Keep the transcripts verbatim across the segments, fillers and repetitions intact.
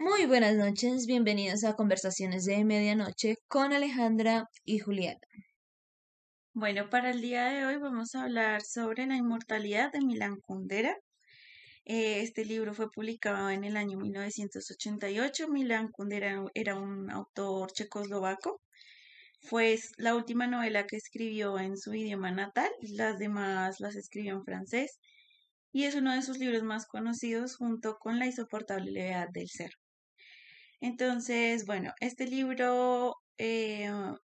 Muy buenas noches, bienvenidos a Conversaciones de Medianoche con Alejandra y Juliana. Bueno, para el día de hoy vamos a hablar sobre la inmortalidad de Milan Kundera. Eh, este libro fue publicado en el año mil novecientos ochenta y ocho. Milan Kundera era un autor checoslovaco. Fue s- la última novela que escribió en su idioma natal, las demás las escribió en francés y es uno de sus libros más conocidos junto con La insoportable levedad del ser. Entonces, bueno, este libro eh,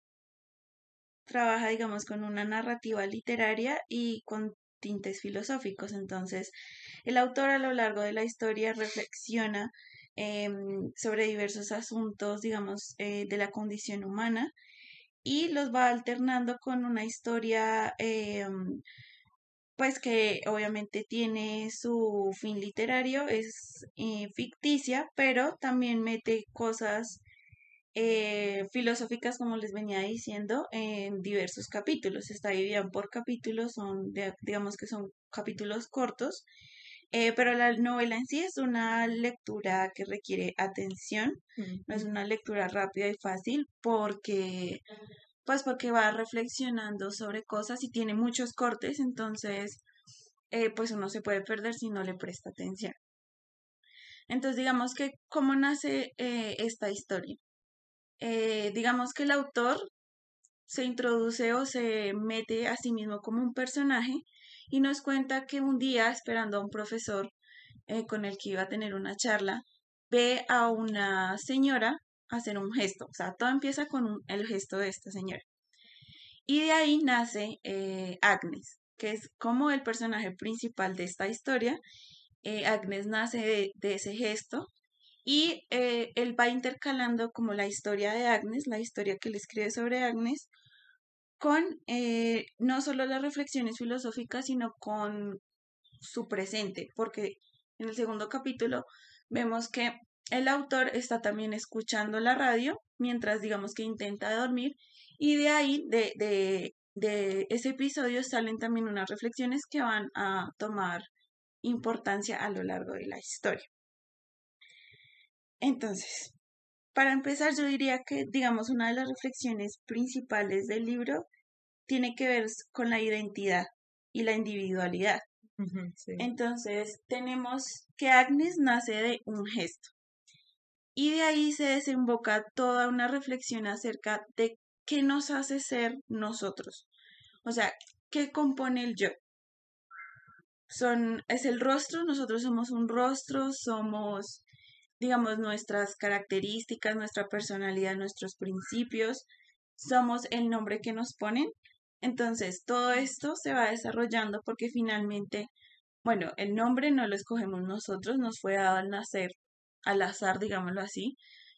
trabaja, digamos, con una narrativa literaria y con tintes filosóficos. Entonces, el autor a lo largo de la historia reflexiona em, sobre diversos asuntos, digamos, eh, de la condición humana y los va alternando con una historia, em, pues que obviamente tiene su fin literario, es eh, ficticia, pero también mete cosas eh, filosóficas, como les venía diciendo, en diversos capítulos. Está dividida por capítulos, son, de- digamos que son capítulos cortos, eh, pero la novela en sí es una lectura que requiere atención, no es Ujú. una lectura rápida y fácil porque, pues porque va reflexionando sobre cosas y tiene muchos cortes, entonces, eh, pues uno se puede perder si no le presta atención. Entonces, digamos que, ¿cómo nace eh, esta historia? Eh, digamos que el autor se introduce o se mete a sí mismo como un personaje y nos cuenta que un día, esperando a un profesor eh, con el que iba a tener una charla, ve a una señora hacer un gesto. O sea, todo empieza con un- el gesto de esta señora. Y de ahí nace eh, Agnes, que es como el personaje principal de esta historia. Eh, Agnes nace de, de ese gesto y eh, él va intercalando como la historia de Agnes, la historia que él escribe sobre Agnes, con eh, no solo las reflexiones filosóficas, sino con su presente, porque en el segundo capítulo vemos que el autor está también escuchando la radio mientras digamos que intenta dormir y de ahí, de, de, de ese episodio salen también unas reflexiones que van a tomar importancia a lo largo de la historia. Entonces, para empezar, yo diría que, digamos, una de las reflexiones principales del libro tiene que ver s- con la identidad y la individualidad. Ujú, sí. Entonces, tenemos que Agnes nace de un gesto y de ahí se desemboca toda una reflexión acerca de qué nos hace ser nosotros. O sea, ¿qué compone el yo? Son, es el rostro, nosotros somos un rostro, somos, digamos, nuestras características, nuestra personalidad, nuestros principios, somos el nombre que nos ponen. Entonces, todo esto se va desarrollando porque finalmente, bueno, el nombre no lo escogemos nosotros, nos fue dado al nacer, al azar, digámoslo así.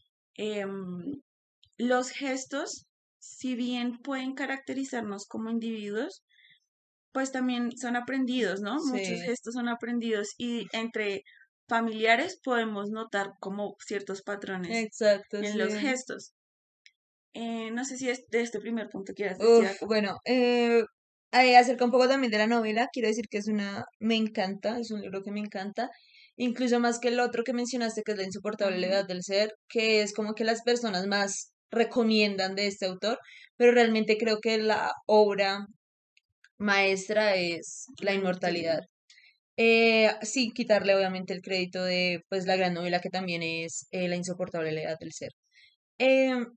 Em, los gestos, si bien pueden caracterizarnos como individuos, pues también son aprendidos, ¿no? Muchos Sí, gestos son aprendidos y entre familiares podemos notar como ciertos patrones exacto, en los sí. gestos. Eh, no sé si es de este primer punto quieras decir Uf, algo. bueno, eh, ahí acerca un poco también de la novela, quiero decir que es una, me encanta, es un libro que me encanta, incluso más que el otro que mencionaste, que es La insoportable Ujú. levedad del ser, que es como que las personas más recomiendan de este autor, pero realmente creo que la obra maestra es La La inmortalidad. inmortalidad. Eh, sí, quitarle obviamente el crédito de pues la gran novela que también es eh, La insoportable levedad del ser. Em,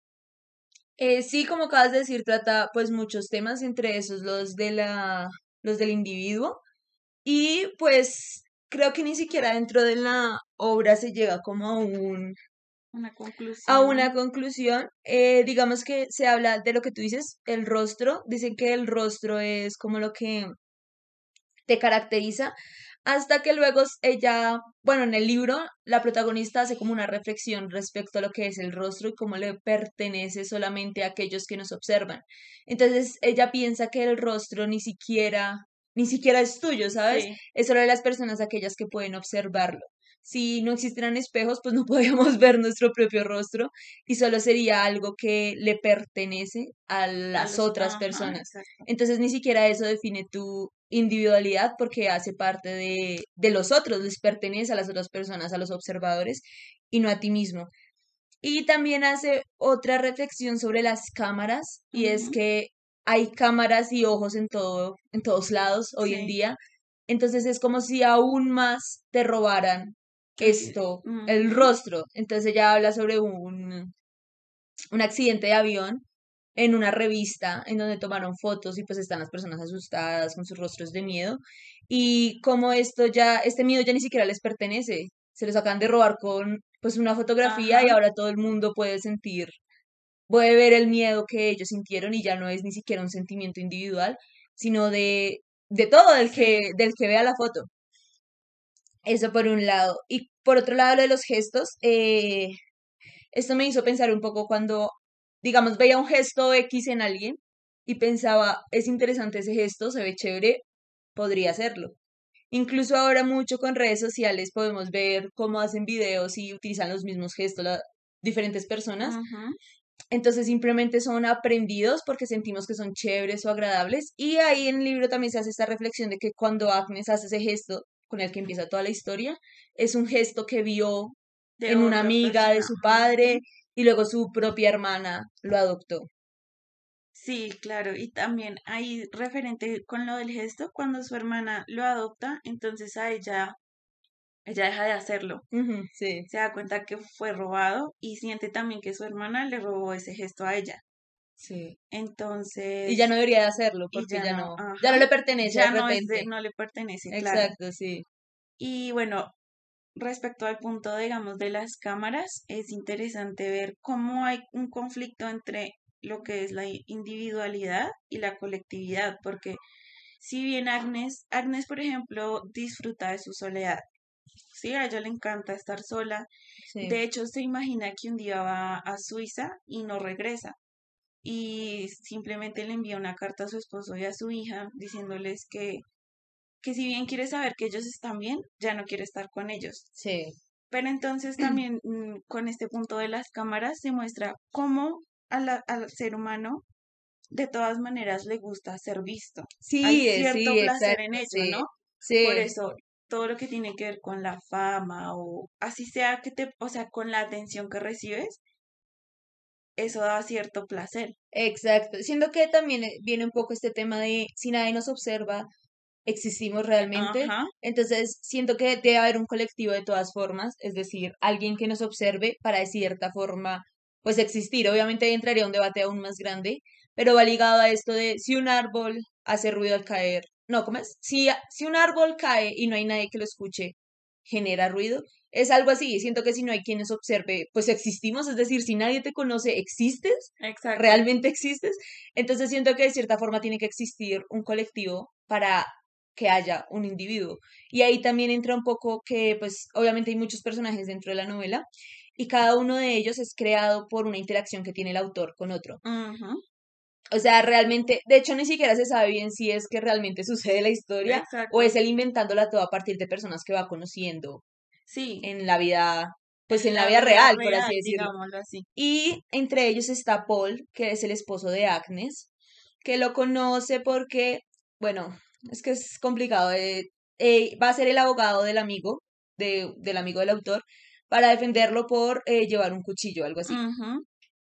eh, sí, como acabas de decir, trata pues muchos temas, entre esos los de la, los del individuo. Y pues creo que ni siquiera dentro de la obra se llega como a un, Una a una conclusión. conclusión. Eh, digamos que se habla de lo que tú dices, el rostro. Dicen que el rostro es como lo que te caracteriza, hasta que luego s- ella, bueno, en el libro, la protagonista hace como una reflexión respecto a lo que es el rostro y cómo le pertenece solamente a aquellos que nos observan. Entonces ella piensa que el rostro ni siquiera, ni siquiera es tuyo, ¿sabes? Sí, Es solo de las personas aquellas que pueden observarlo. Si no existieran espejos, pues no podríamos ver nuestro propio rostro y solo sería algo que le pertenece a a las los, otras ajá, personas. exacto. Entonces ni siquiera eso define tu individualidad porque hace parte de, de los otros, les pertenece a las otras personas, a los observadores y no a ti mismo. Y también hace otra reflexión sobre las cámaras y es Ujú. que hay cámaras y ojos en todo, en todos lados hoy en Sí. día. Entonces es como si aún más te robaran El- esto, el ujú. rostro. Entonces ella habla sobre un, un accidente de avión en una revista en donde tomaron fotos y pues están las personas asustadas con sus rostros de miedo y como esto ya, este miedo ya ni siquiera les pertenece, se los acaban de robar con pues una fotografía y Ajá. ahora todo el mundo puede sentir, puede ver el miedo que ellos sintieron y ya no es ni siquiera un sentimiento individual, sino de, de todo, del Sí. que, del que vea la foto. Eso por un lado. Y por otro lado, lo de los gestos, eh, esto me hizo pensar un poco cuando, digamos, veía un gesto X en alguien y pensaba, es interesante ese gesto, se ve chévere, podría hacerlo. Incluso ahora mucho con redes sociales podemos ver cómo hacen videos y utilizan los mismos gestos las diferentes personas. Ujú. Entonces simplemente son aprendidos porque sentimos que son chéveres o agradables. Y ahí en el libro también se hace esta reflexión de que cuando Agnes hace ese gesto con el que empieza toda la historia, es un gesto que vio De en una otra amiga de persona. su padre Ujú. y luego su propia hermana lo adoptó. Sí, claro. Y también hay referente con lo del gesto, cuando su hermana lo adopta, entonces a ella, ella deja de hacerlo. Ujú, sí, Se da cuenta que fue robado y siente también que su hermana le robó ese gesto a ella. sí. Y ya no Entonces, debería de hacerlo y porque ya ya no, no, ya no ajá, le pertenece de ya no es de, repente. no le pertenece, claro. Exacto, sí. Y bueno, respecto al punto, digamos, de las cámaras, es interesante ver cómo hay un conflicto entre lo que es la individualidad y la colectividad, porque si bien Agnes, Agnes, por ejemplo, disfruta de su soledad, sí, a ella le encanta estar sola, Sí. de hecho se imagina que un día va a Suiza y no regresa, y simplemente le envía una carta a su esposo y a su hija diciéndoles que, que si bien quiere saber que ellos están bien, ya no quiere estar con ellos. Sí. Pero entonces también mm, con este punto de las cámaras se muestra cómo a la- al ser humano de todas maneras le gusta ser visto. Hay Sí, eh, cierto sí, placer en exacto, ello, sí. ¿no? Por Sí, eso todo lo que tiene que ver con la fama o así sea que te, o sea, con la atención que recibes, eso da cierto placer. exacto. Siento que también eh, viene un poco este tema de si nadie nos observa, existimos realmente. Ajá, Entonces, siento que debe haber un colectivo de todas formas, es decir, alguien que nos observe para de cierta forma, pues existir. Obviamente ahí entraría un debate aún más grande, pero va ligado a esto de si un árbol hace ruido al caer. No, ¿cómo es? Si, a- si un árbol cae y no hay nadie que lo escuche, genera ruido. Es algo así. Siento que si no hay quien nos observe, pues existimos. Es decir, si nadie te conoce, existes, exacto. realmente existes. Entonces siento que de cierta forma tiene que existir un colectivo para que haya un individuo. Y ahí también entra un poco que, pues, obviamente hay muchos personajes dentro de la novela y cada uno de ellos es creado por una interacción que tiene el autor con otro. Ujú, O sea, realmente, de hecho, ni siquiera se sabe bien si es que realmente sucede la historia o exacto. es él inventándola todo a partir de personas que va conociendo Sí, en la vida, pues en en la la vida vida real, por real, así decirlo. digámoslo así. Y entre ellos está Paul, que es el esposo de Agnes, que lo conoce porque, bueno, es que es complicado. Eh, eh, va a ser el abogado del amigo, de, del amigo del autor, para defenderlo por eh, llevar un cuchillo, algo así. Ujú.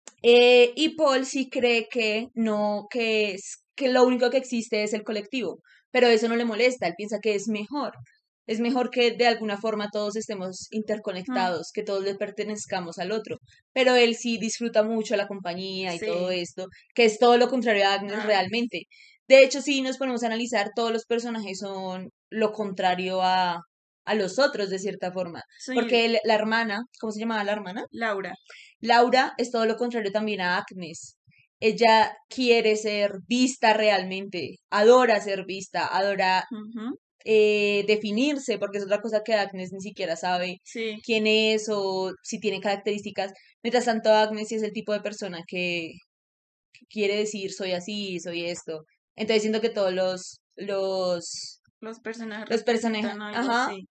Eh, y Paul sí cree que no, que es que lo único que existe es el colectivo, pero eso no le molesta, él piensa que es mejor. Es mejor que de alguna forma todos estemos Mm, interconectados, que todos le pertenezcamos al otro. Pero él sí disfruta mucho la compañía y todo sí, esto, que es todo lo contrario a Agnes Agnes. realmente. De hecho, si nos ponemos a analizar, todos los personajes son lo contrario a, a los otros, de cierta forma. Soy Porque el- la hermana, ¿cómo se llamaba la hermana? Laura. Laura es todo lo contrario también a Agnes. Ella quiere ser vista realmente, adora ser vista, adora Ujú. eh, definirse, porque es otra cosa que Agnes ni siquiera sabe Sí, quién es o si tiene características. Mientras tanto, Agnes sí es el tipo de persona que, que quiere decir soy así, soy esto. Entonces siento que todos los, los, los personajes los personajes, representan algo ajá, así.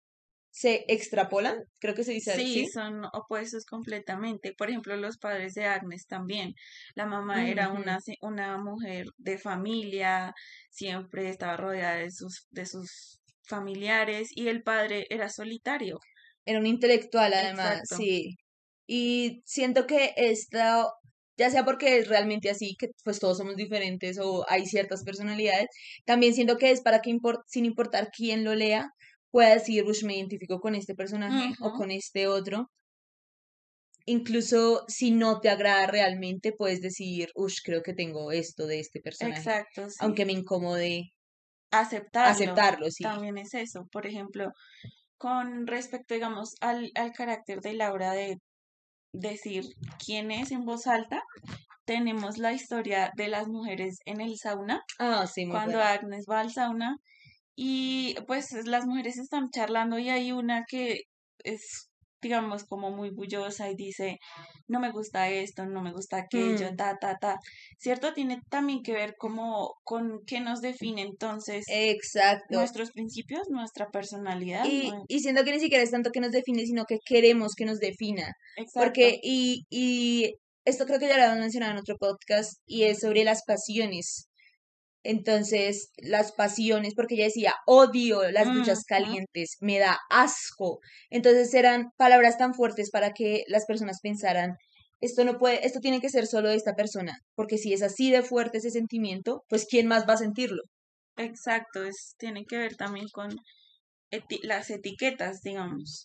se extrapolan, creo que se dice Sí, así. son opuestos completamente. Por ejemplo, los padres de Agnes también. La mamá era Ujú. una, se- una mujer de familia, siempre estaba rodeada de sus, de sus familiares y el padre era solitario. Era un intelectual además, Exacto. sí. Y siento que esta, ya sea porque es realmente así, que pues todos somos diferentes o hay ciertas personalidades, también siento que es para que impor- sin importar quién lo lea, pueda decir, uff, me identifico con este personaje o Ujú, con este otro. Incluso si no te agrada realmente, puedes decir, uff, creo que tengo esto de este personaje, exacto, sí. aunque me incomode Aceptarlo aceptarlo, sí. también es eso. Por ejemplo, con respecto, digamos, al, al carácter de Laura de decir quién es en voz alta, tenemos la historia de las mujeres en el sauna, Ah, sí, muy cuando buena. Agnes va al sauna y pues las mujeres están charlando y hay una que es, digamos, como muy bullosa y dice, no me gusta esto, no me gusta aquello, Mm, ta, ta, ta, ¿cierto? Tiene también que ver como con qué nos define entonces exacto. nuestros principios, nuestra personalidad, Y, ¿no? y siento que ni siquiera es tanto que nos define, sino que queremos que nos defina. Porque, Exacto. y, y esto creo que ya lo habíamos mencionado en otro podcast, y es sobre las pasiones. Entonces, las pasiones, porque ella decía, odio las duchas Ujú, calientes, me da asco. Entonces eran palabras tan fuertes para que las personas pensaran, esto no puede, esto tiene que ser solo de esta persona, porque si es así de fuerte ese sentimiento, pues ¿quién más va a sentirlo? exacto, es, tiene que ver también con eti- las etiquetas, digamos.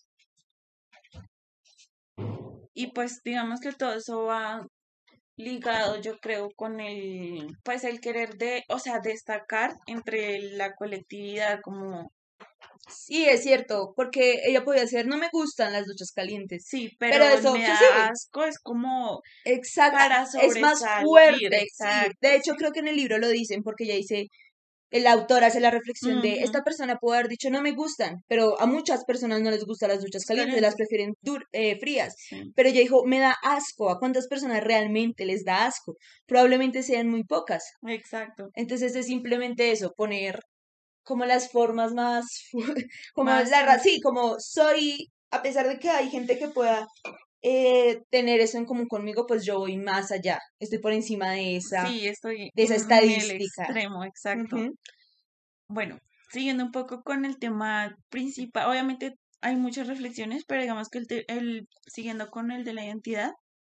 Y pues digamos que todo eso va ligado, yo creo, con el, pues el querer de, o sea, destacar entre la colectividad, como, Sí, es cierto, porque ella podía decir, no me gustan las duchas calientes, sí, pero pero eso, me pues sí, da asco, es como exacto, para es más sobresalir, fuerte, sí. exacto, De hecho, sí. creo que en el libro lo dicen, porque ella dice, el autor hace la reflexión de, Ujú, esta persona puede haber dicho, no me gustan, pero a muchas personas no les gustan las duchas es calientes, las caliente, prefieren dur- eh, frías. sí, Pero ella dijo, me da asco, ¿a cuántas personas realmente les da asco? Probablemente sean muy pocas. exacto. Entonces es simplemente eso, poner como las formas más, como Más, la, ra- sí, como soy, a pesar de que hay gente que pueda eh, tener eso en común conmigo, pues yo voy más allá, estoy por encima de esa, sí, estoy de esa en, en el estadística. extremo, exacto. Ujú. Bueno, siguiendo un poco con el tema principal, obviamente hay muchas reflexiones, pero digamos que el, te- el siguiendo con el de la identidad,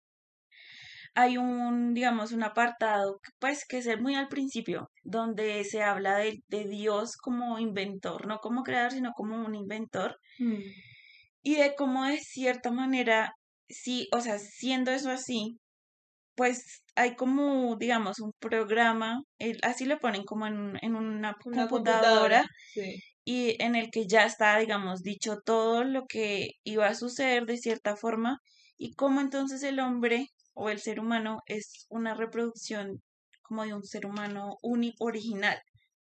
hay un, digamos, un apartado, que, pues, que es el muy al principio, donde se habla de, de Dios como inventor, no como creador, sino como un inventor, Mm. y de cómo de cierta manera, sí, o sea, siendo eso así, pues hay como, digamos, un programa, el- así lo ponen como en, en una Una computadora, computadora sí. y en el que ya está, digamos, dicho todo lo que iba a suceder de cierta forma y cómo entonces el hombre o el ser humano es una reproducción como de un ser humano uni original,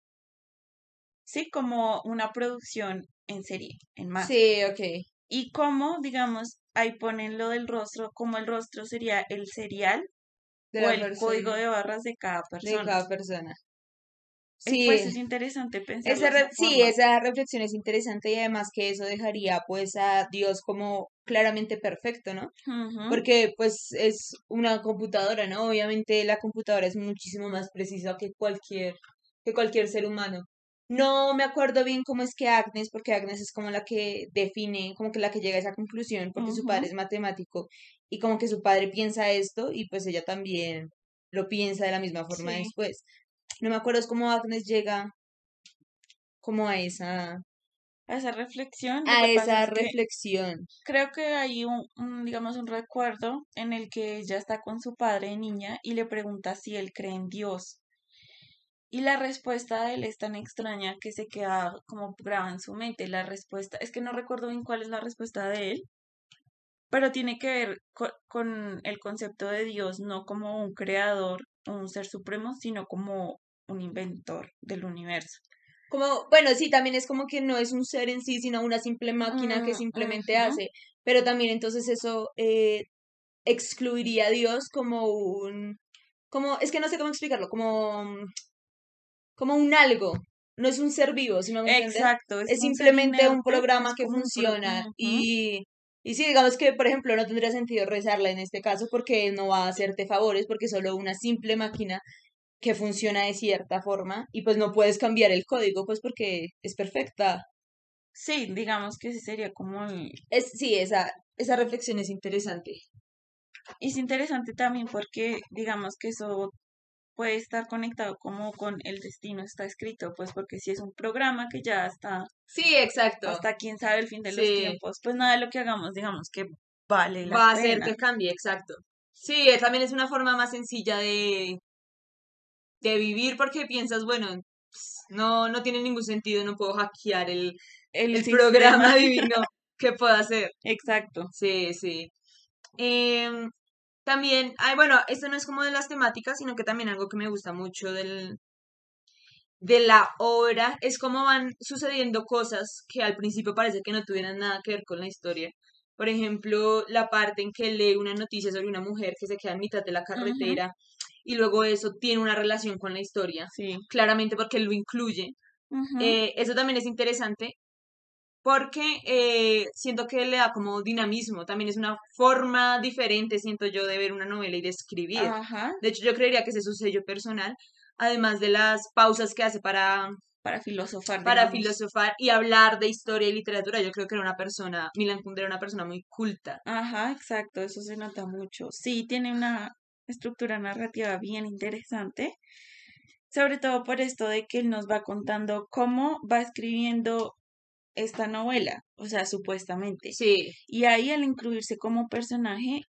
¿sí? Como una producción en serie, en masa. Sí, ok, Y cómo, digamos, ahí ponen lo del rostro, como el rostro sería el serial de o la el código persona, de barras de cada de persona. cada persona. Eh, Pues Sí, es interesante pensarlo esa de esa re- sí, forma. esa reflexión es interesante y además que eso dejaría pues a Dios como claramente perfecto, ¿no? Ujú, Porque pues es una computadora, ¿no? Obviamente la computadora es muchísimo más precisa que cualquier, que cualquier ser humano. No me acuerdo bien cómo es que Agnes, porque Agnes es como la que define, como que la que llega a esa conclusión, porque su padre ujú, es matemático y como que su padre piensa esto y pues ella también lo piensa de la misma forma sí. después. No me acuerdo es cómo Agnes llega como a esa, A esa reflexión, lo a que pasa esa es que reflexión. creo que hay un, un, digamos, un recuerdo en el que ella está con su padre de niña y le pregunta si él cree en Dios. Y la respuesta de él es tan extraña que se queda como grabada en su mente. La respuesta, es que no recuerdo bien cuál es la respuesta de él, pero tiene que ver co- con el concepto de Dios, no como un creador o un ser supremo, sino como un inventor del universo. Como, bueno, sí, también es como que no es un ser en sí, sino una simple máquina que Mm, simplemente ujú. hace, pero también entonces eso eh, excluiría a Dios como un, como, es que no sé cómo explicarlo, como, mm, como un algo, no es un ser vivo, ¿sí me hago entender? Exacto, es Es un ser simplemente un inerte, programa es que como un pro... funciona Ujú. y, y sí, digamos que, por ejemplo, no tendría sentido rezarla en este caso porque no va a hacerte favores porque es solo una simple máquina que funciona de cierta forma y pues no puedes cambiar el código pues porque es perfecta. Sí, digamos que ese sería como el... Es, sí, esa, esa reflexión es interesante. Y es interesante también porque digamos que eso puede estar conectado como con el destino está escrito, pues porque si es un programa que ya está Sí, exacto. hasta quién sabe el fin de los Sí, tiempos, pues nada de lo que hagamos, digamos que vale la va a hacer pena. que cambie, exacto. Sí, eh, también es una forma más sencilla de, de vivir porque piensas, bueno, ps, no, no tiene ningún sentido, no puedo hackear el, El el sistema, programa divino que puedo hacer. exacto. Sí, sí. Em, también, ay, bueno, esto no es como de las temáticas, sino que también algo que me gusta mucho del, de la obra es cómo van sucediendo cosas que al principio parece que no tuvieran nada que ver con la historia. Por ejemplo, la parte en que lee una noticia sobre una mujer que se queda en mitad de la Ujú, carretera y luego eso tiene una relación con la historia, sí. claramente porque lo incluye. Ujú, Eh, eso también es interesante porque eh, siento que le da como dinamismo, también es una forma diferente, siento yo, de ver una novela y de escribir. ajá, De hecho, yo creería que ese es su sello personal, además de las pausas que hace para, para filosofar, para digamos. filosofar y hablar de historia y literatura. Yo creo que era una persona, Milan Kundera era una persona muy culta. Ajá, exacto, eso se nota mucho. Sí, tiene una estructura narrativa bien interesante, sobre todo por esto de que él nos va contando cómo va escribiendo esta novela, o sea, supuestamente. Sí, Y ahí al incluirse como personaje,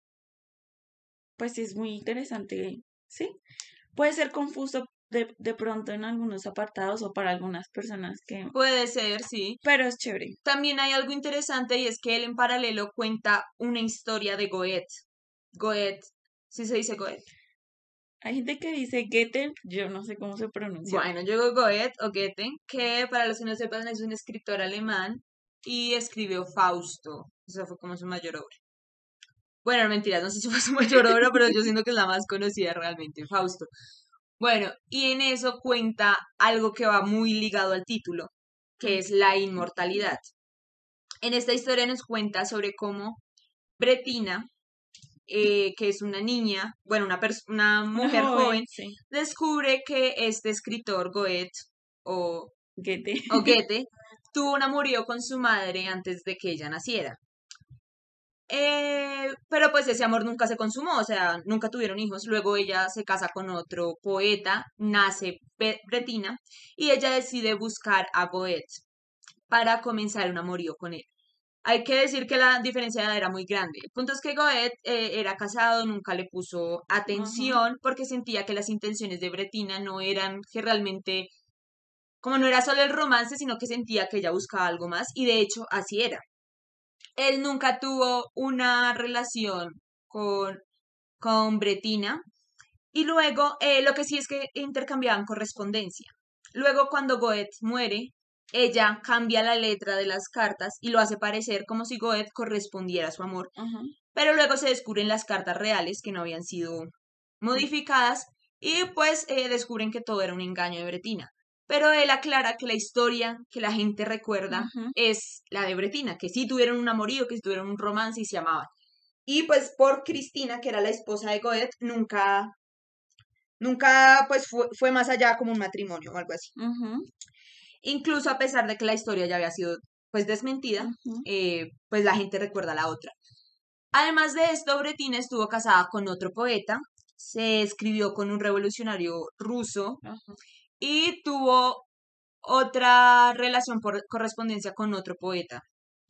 pues es muy interesante, ¿sí? Puede ser confuso de, de pronto en algunos apartados o para algunas personas que... puede ser, sí. Pero es chévere. También hay algo interesante y es que él en paralelo cuenta una historia de Goethe. Goethe, ¿sí se dice Goethe? Hay gente que dice Goethe, yo no sé cómo se pronuncia. Bueno, yo digo Goethe o Goethe, que para los que no sepan es un escritor alemán y escribió Fausto. Esa fue como su mayor obra. Bueno, no mentiras, no sé si fue su mayor obra, pero yo siento que es la más conocida realmente, Fausto. Bueno, y en eso cuenta algo que va muy ligado al título, que es la inmortalidad. En esta historia nos cuenta sobre cómo Bretina, eh, que es una niña, bueno, una, pers- una Una mujer joven, joven, sí, descubre que este escritor, Goethe, o Goethe. o Goethe, tuvo un amorío con su madre antes de que ella naciera. Eh, pero pues ese amor nunca se consumó, o sea, nunca tuvieron hijos. Luego ella se casa con otro poeta, nace Be- Bretina, y ella decide buscar a Goethe para comenzar un amorío con él. Hay que decir que la diferencia de edad era muy grande. El punto es que Goethe eh, era casado, nunca le puso Ajá, atención porque sentía que las intenciones de Bretina no eran que realmente, como no era solo el romance, sino que sentía que ella buscaba algo más y de hecho así era. Él nunca tuvo una relación con, con Bretina y luego eh, lo que sí es que intercambiaban correspondencia. Luego cuando Goethe muere, ella cambia la letra de las cartas y lo hace parecer como si Goethe correspondiera a su amor. ajá. Pero luego se descubren las cartas reales que no habían sido modificadas y pues eh, descubren que todo era un engaño de Bretina. Pero él aclara que la historia que la gente recuerda Ujú. es la de Bretina, que sí tuvieron un amorío, que sí tuvieron un romance y se amaban. Y pues por Cristina, que era la esposa de Goethe, nunca, nunca pues fue, fue más allá como un matrimonio o algo así. Ujú, Incluso a pesar de que la historia ya había sido pues desmentida, ujú, eh, pues la gente recuerda a la otra. Además de esto, Bretina estuvo casada con otro poeta, se escribió con un revolucionario ruso ajá. y tuvo otra relación por correspondencia con otro poeta.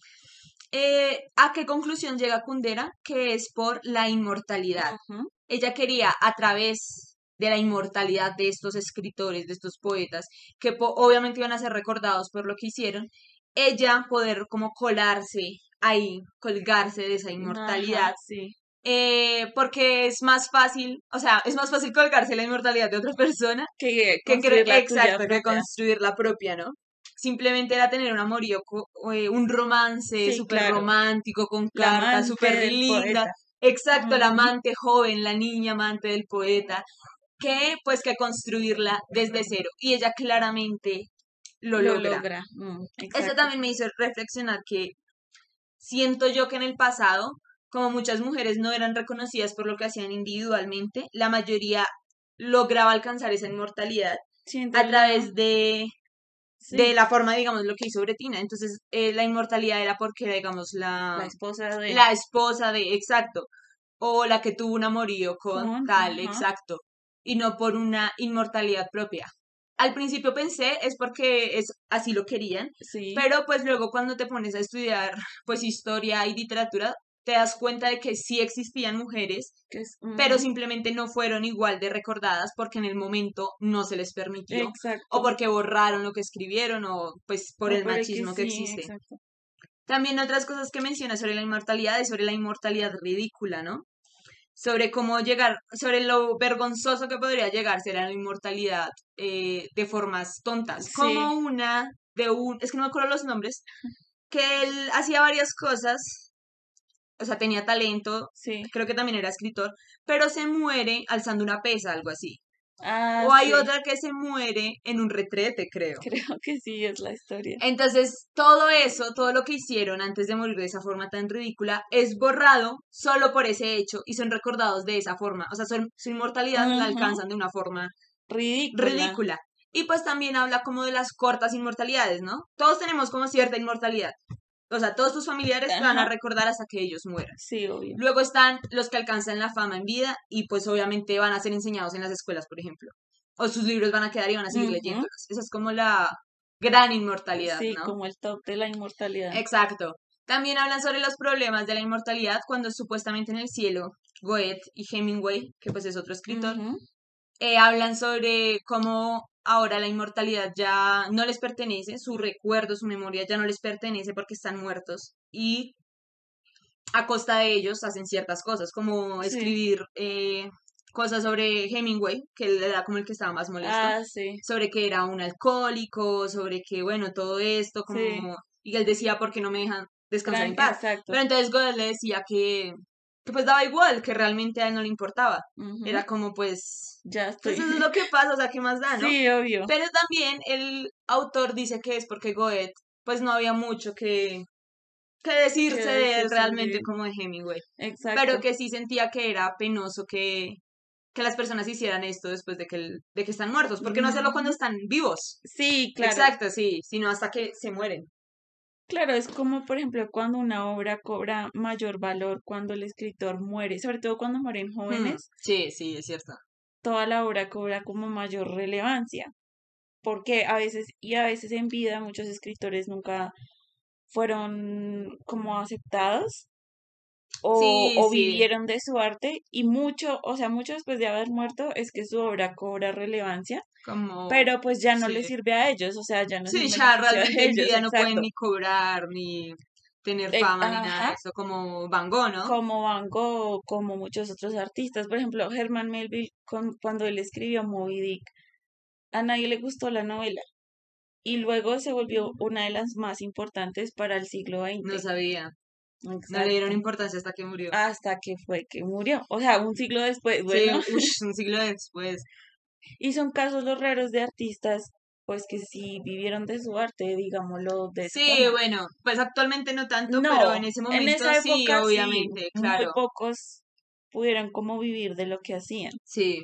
Eh, ¿a qué conclusión llega Kundera? Que es por la inmortalidad. Ujú. Ella quería, a través de la inmortalidad de estos escritores, de estos poetas, que po- obviamente iban a ser recordados por lo que hicieron, ella poder como colarse ahí, colgarse de esa Ajá, inmortalidad, sí. eh, porque es más fácil, o sea, es más fácil colgarse la inmortalidad de otra persona Que que cre- construir la tuya exacto, que propia. construir la propia, ¿no? Simplemente era tener un amorío, co- eh, un romance Sí, súper claro. romántico, con La cartas amante súper del lindas. poeta. Exacto, la Ujú. amante joven, la niña amante del poeta, que pues que construirla desde cero. Y ella claramente lo lo logra. logra. Mm, Eso exacto. también me hizo reflexionar que siento yo que en el pasado, como muchas mujeres no eran reconocidas por lo que hacían individualmente, la mayoría lograba alcanzar esa inmortalidad Siento a la, través de, de sí, la forma, digamos, lo que hizo Bretina. Entonces, eh, la inmortalidad era porque era, digamos, la la, esposa de la esposa de, exacto, o la que tuvo un amorío con con, tal, ajá, exacto, y no por una inmortalidad propia. Al principio pensé es porque es así lo querían, sí, pero pues luego cuando te pones a estudiar pues historia y literatura, te das cuenta de que sí existían mujeres, que es, pero ujú, simplemente no fueron igual de recordadas porque en el momento no se les permitió, o exacto. porque borraron lo que escribieron, o pues por O el por el que machismo que sí, existe. exacto. También otras cosas que menciona sobre la inmortalidad es sobre la inmortalidad ridícula, ¿no? Sobre cómo llegar, sobre lo vergonzoso que podría llegar ser a la inmortalidad eh, de formas tontas, Sí, como una de un, es que no me acuerdo los nombres, que él hacía varias cosas, o sea, tenía talento, sí. creo que también era escritor, pero se muere alzando una pesa, algo así. Ah, O hay sí. otra que se muere en un retrete, creo. Creo que sí es la historia. Entonces, todo eso, todo lo que hicieron antes de morir de esa forma tan ridícula, es borrado solo por ese hecho y son recordados de esa forma. O sea, su, su inmortalidad la Ujú, alcanzan de una forma ridícula. ridícula. Y pues también habla como de las cortas inmortalidades, ¿no? Todos tenemos como cierta inmortalidad. O sea, todos tus familiares te van a Ajá, recordar hasta que ellos mueran. sí, obvio. Luego están los que alcanzan la fama en vida y pues obviamente van a ser enseñados en las escuelas, por ejemplo. O sus libros van a quedar y van a seguir Ujú, leyéndolos. Esa es como la gran inmortalidad, sí, ¿no? como el top de la inmortalidad. Exacto. También hablan sobre los problemas de la inmortalidad cuando supuestamente en el cielo, Goethe y Hemingway, que pues es otro escritor, Ujú, eh, hablan sobre cómo ahora la inmortalidad ya no les pertenece, su recuerdo, su memoria ya no les pertenece porque están muertos y a costa de ellos hacen ciertas cosas, como sí. escribir eh, cosas sobre Hemingway, que él era como el que estaba más molesto, Ah, sí, sobre que era un alcohólico, sobre que, bueno, todo esto, sí. como... Y él decía, ¿por qué no me dejan descansar Tran, en paz? exacto. Pero entonces Goethe le decía que, que pues daba igual, que realmente a él no le importaba. Ujú, Era como, pues, ya pues estoy. eso es lo que pasa, o sea, ¿qué más da, no? Sí, obvio. Pero también el autor dice que es porque Goethe, pues no había mucho que, que ¿Qué decirse de decir él sobre realmente él? como de Hemingway, pero Exacto. que sí sentía que era penoso que, que las personas hicieran esto después de que, el- de que están muertos, porque no hacerlo cuando Ujú, están vivos. sí, claro. Exacto, sí, sino hasta que se mueren. Claro, es como, por ejemplo, cuando una obra cobra mayor valor cuando el escritor muere, sobre todo cuando mueren Hmm, jóvenes, sí, sí, es cierto. toda la obra cobra como mayor relevancia, porque a veces, y a veces en vida, muchos escritores nunca fueron como aceptados o, Sí, o sí, vivieron de su arte, y mucho, o sea, mucho después de haber muerto es que su obra cobra relevancia, como, pero pues ya no les sí. sirve a ellos, o sea, ya no es Sí, en ya beneficio de realmente en ellos, vida no pueden exacto. ni cobrar, ni tener Ex- fama, ni nada de Ajá, eso, como Van Gogh, ¿no? como Van Gogh, como muchos otros artistas. Por ejemplo, Herman Melville, con- cuando él escribió Moby Dick, a nadie le gustó la novela y luego se volvió una de las más importantes para el siglo No veinte. sabía, no le dieron Exacto. importancia hasta que murió. Hasta que fue que murió. O sea, un siglo después, Sí, bueno. ush, un siglo después. Y son casos los raros de artistas, pues que sí vivieron de su arte, digámoslo de esa Sí, forma. bueno, pues actualmente no tanto, pero No, en ese en momento esa sí, época sí, obviamente, muy claro. pocos pudieron como vivir de lo que hacían. Sí,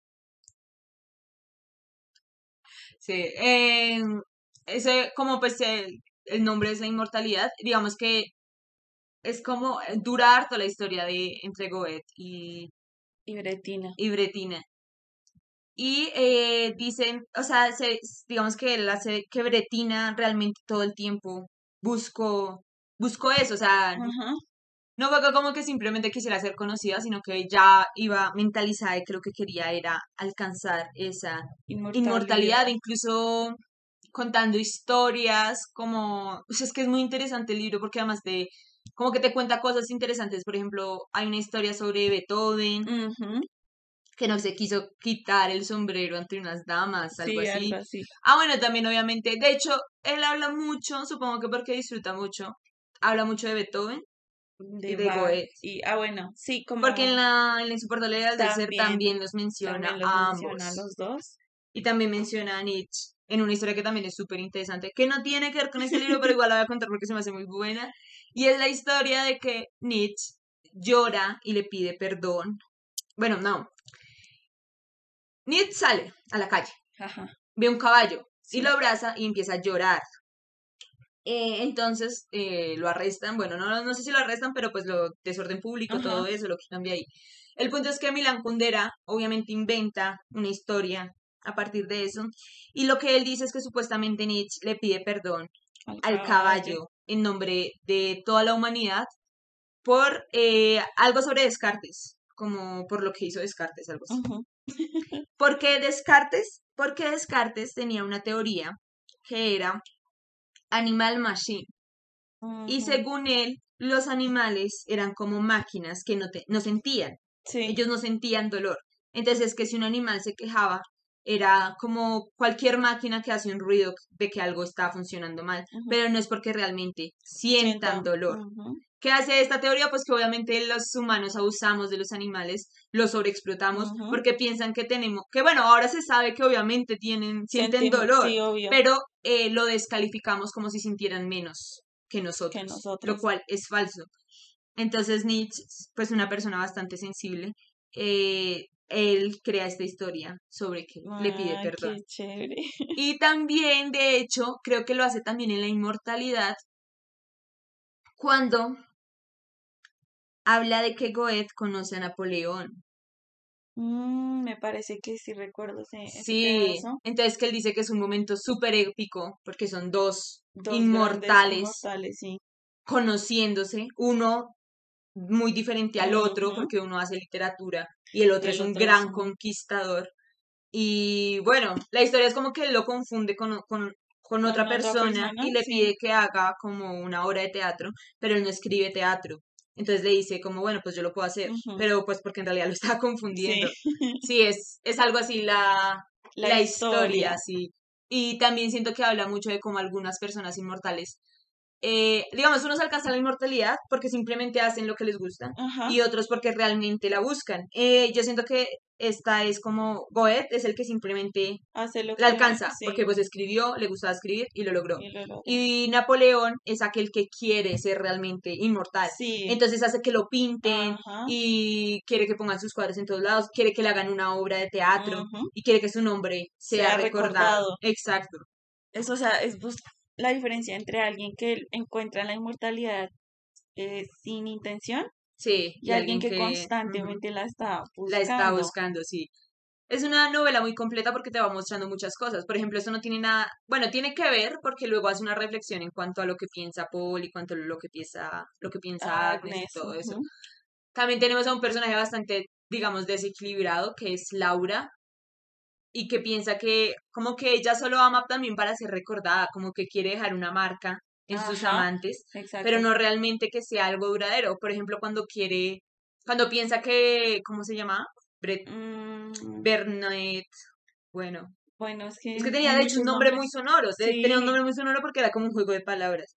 sí. Eh, ese, como pues el, el nombre es la inmortalidad, digamos que es como eh, dura harto la historia de entre Goethe y, Y Bretina. y Bretina. Y eh, dicen, o sea, se, digamos que él hace que Bretina realmente todo el tiempo buscó, buscó eso, o sea, Ajá, no fue que como que simplemente quisiera ser conocida, sino que ya iba mentalizada y que lo que quería era alcanzar esa inmortalidad, inmortalidad. incluso contando historias, como, o sea, es que es muy interesante el libro porque además de, como que te cuenta cosas interesantes, por ejemplo, hay una historia sobre Beethoven, Ujú, que no se quiso quitar el sombrero ante unas damas, algo sí, algo así. así. Ah, bueno, también obviamente, de hecho, él habla mucho, supongo que porque disfruta mucho, habla mucho de Beethoven y De de Bach Goethe. y, ah, bueno, sí, Porque en como la, en la insoportable lealtad del ser también, también los menciona también los a menciona a ambos. los dos. Y también menciona a Nietzsche. en una historia que también es súper interesante, que no tiene que ver con este libro, pero igual la voy a contar porque se me hace muy buena. Y es la historia de que Nietzsche llora y le pide perdón. Bueno, no. Nietzsche sale a la calle, Ajá, ve un caballo y lo sí. abraza y empieza a llorar. Eh, entonces eh, lo arrestan, bueno, no, no sé si lo arrestan, pero pues lo desorden público, todo Ajá. eso, lo quitan de ahí. El punto es que Milan Kundera obviamente inventa una historia a partir de eso, y lo que él dice es que supuestamente Nietzsche le pide perdón Al al caballo. caballo en nombre de toda la humanidad por eh, algo sobre Descartes, como por lo que hizo Descartes, algo así. Ujú, ¿Por qué Descartes? Porque Descartes tenía una teoría que era animal machine. Y ujú. según él, los animales eran como máquinas que no, te, no sentían. Sí, Ellos no sentían dolor. Entonces es que si un animal se quejaba, era como cualquier máquina que hace un ruido de que algo está funcionando mal, ujú. pero no es porque realmente sientan Sienta. dolor. Ujú, ¿Qué hace esta teoría? Pues que obviamente los humanos abusamos de los animales, los sobreexplotamos, ujú. porque piensan que tenemos, que bueno, ahora se sabe que obviamente tienen, sienten Sentimos, dolor, sí, obvio, pero eh, lo descalificamos como si sintieran menos que que nosotros, lo nosotros. cual es falso. Entonces Nietzsche, pues una persona bastante sensible, eh, él crea esta historia sobre que le pide Ah, perdón. qué chévere. Y también, de hecho, creo que lo hace también en la inmortalidad, cuando habla de que Goethe conoce a Napoleón. Mm, me parece que sí recuerdo ese, ese Sí, pedazo. entonces que él dice que es un momento súper épico porque son dos Dos grandes inmortales inmortales, sí. conociéndose, uno muy diferente al otro Ujú. porque uno hace literatura y el otro es El un otro es gran un... conquistador. Y bueno, la historia es como que él lo confunde con, con, con con otra otra persona persona, y le sí. pide que haga como una obra de teatro, pero él no escribe teatro. Entonces le dice como, bueno, pues yo lo puedo hacer, Ujú, pero pues porque en realidad lo estaba sí. confundiendo. Sí, es, es algo así la, La la historia, historia. sí. Y también siento que habla mucho de cómo algunas personas inmortales, eh, digamos, unos alcanzan la inmortalidad porque simplemente hacen lo que les gusta Ajá. y otros porque realmente la buscan. Eh, yo siento que esta es como Goethe, es el que simplemente Hace lo la que... alcanza Sí. porque pues escribió, le gustaba escribir y lo logró. Y lo logra. Y Napoleón es aquel que quiere ser realmente inmortal. Sí. Entonces hace que lo pinten Ajá. y quiere que pongan sus cuadros en todos lados, quiere que le hagan una obra de teatro Ujú. y quiere que su nombre Se sea ha recordado. recordado. Exacto. Eso, o sea, es bus- la diferencia entre alguien que encuentra la inmortalidad eh, sin intención Sí, y y alguien alguien que que ujú, constantemente la está la está buscando. buscando, sí. Es una novela muy completa porque te va mostrando muchas cosas. Por ejemplo, esto no tiene nada, bueno, tiene que ver porque luego hace una reflexión en cuanto a lo que piensa Paul y cuanto a lo que piensa, lo que piensa Agnes y Agnes. todo eso. Ujú. También tenemos a un personaje bastante, digamos, desequilibrado, que es Laura, y que piensa que como que ella solo ama también para ser recordada, como que quiere dejar una marca en sus Ajá. amantes, pero Exacto. no realmente que sea algo duradero. Por ejemplo, cuando quiere, cuando piensa que, ¿cómo se llama? Brett, Mm, Bernadette, bueno, bueno, es es que que tenía hay de hecho un muchos nombre muy nombres. sonoro, de- tenía un Sí. nombre muy sonoro porque era como un juego de palabras.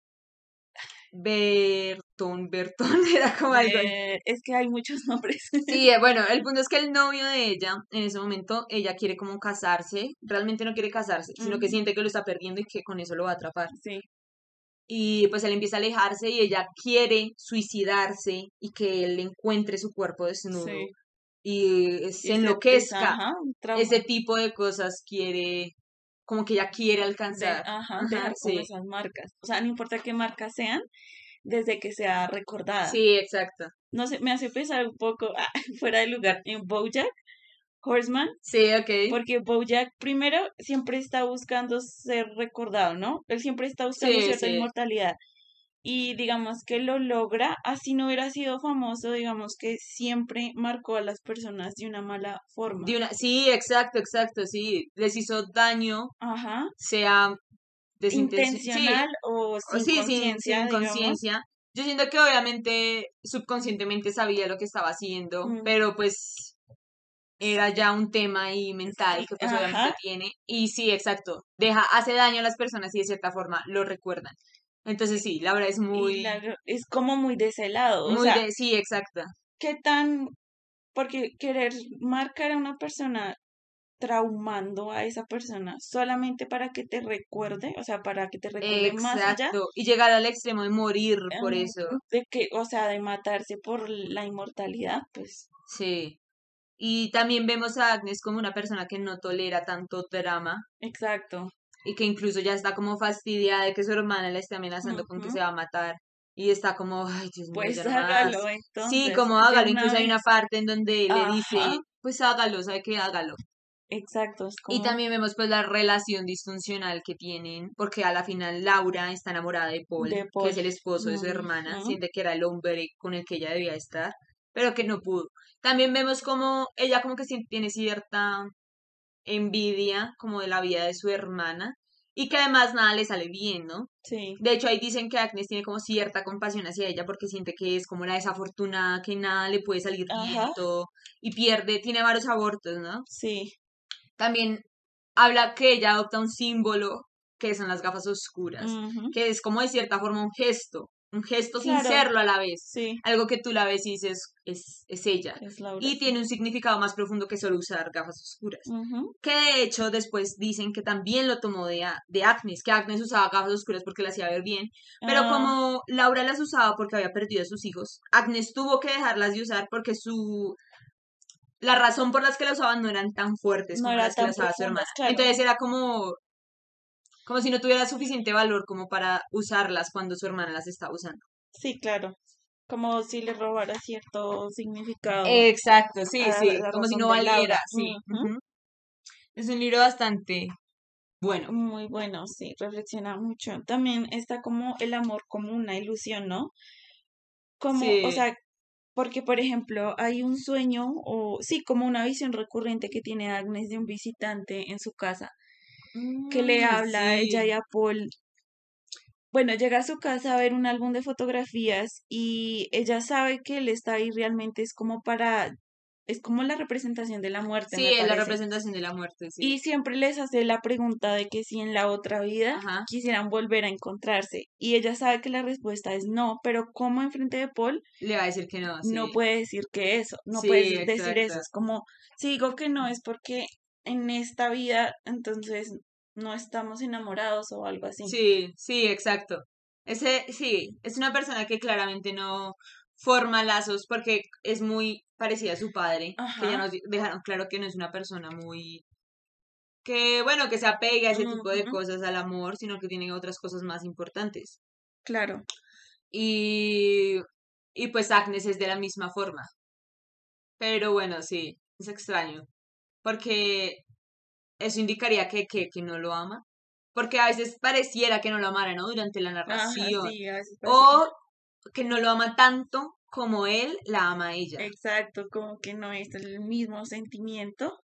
Bertón, Bertón, era como algo así. Ve- es que hay muchos nombres. Sí, eh, bueno, el punto es que el novio de ella, en ese momento, ella quiere como casarse, realmente no quiere casarse, sino que Ujú. siente que lo está perdiendo y que con eso lo va a atrapar. Sí. Y pues él empieza a alejarse y ella quiere suicidarse y que él encuentre su cuerpo desnudo Sí. y se Y se desa, enloquezca. ajá, un Ese trauma tipo de cosas quiere, como que ella quiere de, alcanzar. ajá, Ajá, dejar como sí, esas marcas. O sea, no importa qué marcas sean, desde que sea recordada. sí, exacto. No sé, me hace pensar un poco ah, fuera de lugar en BoJack Horseman, Sí, ok. porque BoJack primero siempre está buscando ser recordado, ¿no? Él siempre está buscando Sí, cierta sí. inmortalidad y digamos que lo logra, así no hubiera sido famoso, digamos que siempre marcó a las personas de una mala forma. De una, sí, exacto, exacto, sí. Les hizo daño, Ajá, sea desintencional. Sí, intencional o o sin sí, sin, conciencia, sin digamos. conciencia. Yo siento que obviamente subconscientemente sabía lo que estaba haciendo, Mm, pero pues era ya un tema ahí mental sí, que pues obviamente ajá, tiene. Y sí, exacto, deja, hace daño a las personas y de cierta forma lo recuerdan. Entonces sí, la verdad es y muy, la, es como muy de ese lado, o muy sea, de, sí, exacta. qué tan, porque querer marcar a una persona traumando a esa persona solamente para que te recuerde, o sea, para que te recuerde más allá Exacto. Y llegar al extremo de morir por em, eso. de que, o sea, de matarse por la inmortalidad, pues, Sí. Y también vemos a Agnes como una persona que no tolera tanto drama exacto. y que incluso ya está como fastidiada de que su hermana la esté amenazando con que Ujú. se va a matar. Y está como, ay, Dios mío, ya Pues no hágalo más. Sí, entonces, como de hágalo. una Incluso hay una vez. parte en donde le dice, Ajá, pues hágalo, sabe que hágalo. exacto, es Y como también vemos pues la relación disfuncional que tienen, porque a la final Laura está enamorada de Paul, de que Paul. es el esposo de su hermana, Ujú. siente que era el hombre con el que ella debía estar, pero que no pudo. También vemos como ella como que sí tiene cierta envidia como de la vida de su hermana y que además nada le sale bien, ¿no? Sí, De hecho, ahí dicen que Agnes tiene como cierta compasión hacia ella porque siente que es como la desafortunada, que nada le puede salir bien ajá, y todo, y pierde, tiene varios abortos, ¿no? sí, También habla que ella adopta un símbolo que son las gafas oscuras, ujú. que es como de cierta forma un gesto, un gesto sin Claro, serlo a la vez, sí, algo que tú la ves y dices, es, es ella. es Laura, Y sí. tiene un significado más profundo que solo usar gafas oscuras. Ujú. Que de hecho después dicen que también lo tomó de, A- de Agnes, que Agnes usaba gafas oscuras porque le hacía ver bien, pero Ah, como Laura las usaba porque había perdido a sus hijos, Agnes tuvo que dejarlas de usar porque su la razón por las que la usaban no eran tan fuertes no como era las que la tan usaba su hermana. profundas, claro. Entonces era como, como si no tuviera suficiente valor como para usarlas cuando su hermana las estaba usando. Sí, claro. Como si le robara cierto significado Exacto, sí, a sí, la como si razón no de Laura. valiera, sí. Ujú. Ujú. Es un libro bastante bueno. Muy bueno, sí, reflexiona mucho. También está como el amor como una ilusión, ¿no? Como, o Sí. sea, porque por ejemplo hay un sueño o sí, como una visión recurrente que tiene Agnes de un visitante en su casa que le Mm, habla a ella sí. y a Paul. Bueno, llega a su casa a ver un álbum de fotografías y ella sabe que él está ahí realmente es como para, es como la representación de la muerte, Sí, me es la parece. representación de la muerte, sí. Y siempre les hace la pregunta de que si en la otra vida Ajá. quisieran volver a encontrarse. Y ella sabe que la respuesta es no, pero como enfrente de Paul Le va a decir que no, no sí. puede decir que eso, no puedes Sí, decir exacto. eso. Es como, si digo que no es porque en esta vida entonces no estamos enamorados o algo así. Sí, sí, exacto. Ese, sí, es una persona que claramente no forma lazos porque es muy parecida a su padre, que ya Ajá. nos di- dejaron claro que no es una persona muy, que bueno, que se apega a ese tipo de Ujú. cosas al amor, sino que tiene otras cosas más importantes. Claro. Y, y pues Agnes es de la misma forma. Pero bueno, sí, es extraño, porque eso indicaría que, que, que no lo ama. Porque a veces pareciera que no lo amara, ¿no? Durante la Ajá, narración. sí, a veces parece que O que no lo ama tanto como él la ama a ella. exacto, como que no es el mismo sentimiento.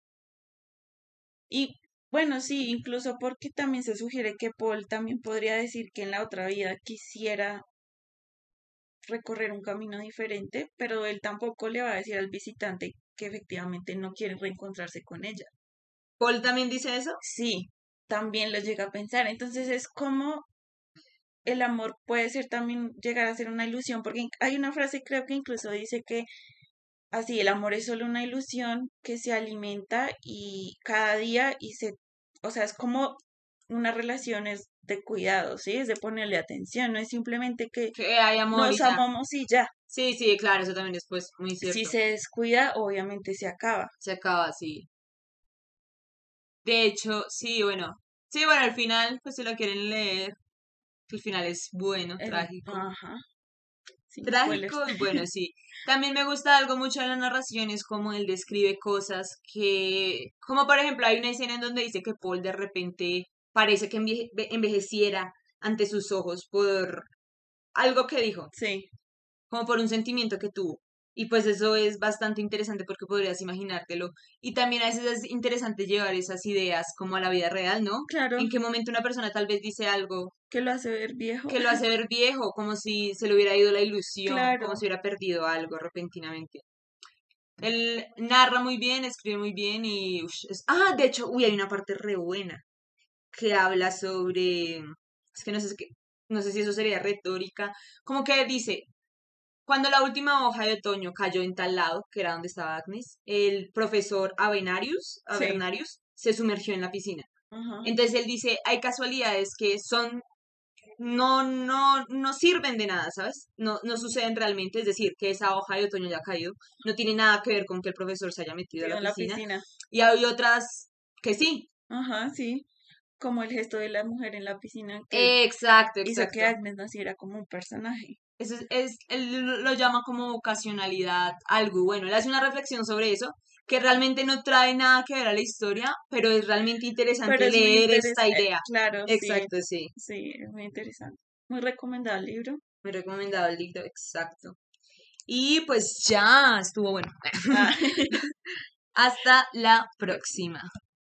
Y bueno, sí, incluso porque también se sugiere que Paul también podría decir que en la otra vida quisiera recorrer un camino diferente, pero él tampoco le va a decir al visitante que efectivamente no quiere reencontrarse con ella. Paul también dice eso. Sí, también lo llega a pensar. Entonces es como el amor puede ser también llegar a ser una ilusión, porque in- hay una frase creo que incluso dice que así el amor es solo una ilusión que se alimenta y cada día y se, o sea, es como una relación es de cuidado, ¿sí? Es de ponerle atención, no es simplemente que Que hay amor y nos ya. amamos y ya. Sí, sí, claro, eso también es pues muy Si cierto. se descuida, obviamente se acaba. Se acaba así. De hecho, sí, bueno. Sí, bueno, al final, pues si lo quieren leer, el final es bueno, El, trágico. ajá, sin spoilers. Trágico y bueno, sí. También me gusta algo mucho de las narraciones, como él describe cosas que, como por ejemplo, hay una escena en donde dice que Paul de repente parece que enveje- envejeciera ante sus ojos por algo que dijo, Sí, como por un sentimiento que tuvo. Y pues eso es bastante interesante porque podrías imaginártelo. Y también a veces es interesante llevar esas ideas como a la vida real, ¿no? claro, En qué momento una persona tal vez dice algo que lo hace ver viejo. que lo hace ver viejo, como si se le hubiera ido la ilusión, como Claro, si hubiera perdido algo repentinamente. Él narra muy bien, escribe muy bien y... ush, es- Ah, de hecho, uy, hay una parte re buena que habla sobre... Es que no sé, qué- no sé si eso sería retórica. Como que dice, cuando la última hoja de otoño cayó en tal lado, que era donde estaba Agnes, el profesor Avenarius, Sí. Avernarius se sumergió en la piscina. Ajá. Entonces él dice, hay casualidades que son, no, no, no sirven de nada, ¿sabes? No, no suceden realmente, es decir, que esa hoja de otoño haya caído, no tiene nada que ver con que el profesor se haya metido a Sí, la en la piscina. piscina. Y hay otras que sí. Ajá, sí. Como el gesto de la mujer en la piscina que Exacto, hizo que exacto. Agnes naciera como un personaje. Eso es, es- él lo llama como ocasionalidad, algo. Y bueno, él hace una reflexión sobre eso, que realmente no trae nada que ver a la historia, pero es realmente Pero interesante es muy leer esta interesante. idea. Claro, sí, Exacto, sí. sí, es muy interesante. Muy recomendado el libro. Muy recomendado el libro, exacto. Y pues ya estuvo bueno. Ah, Hasta la próxima.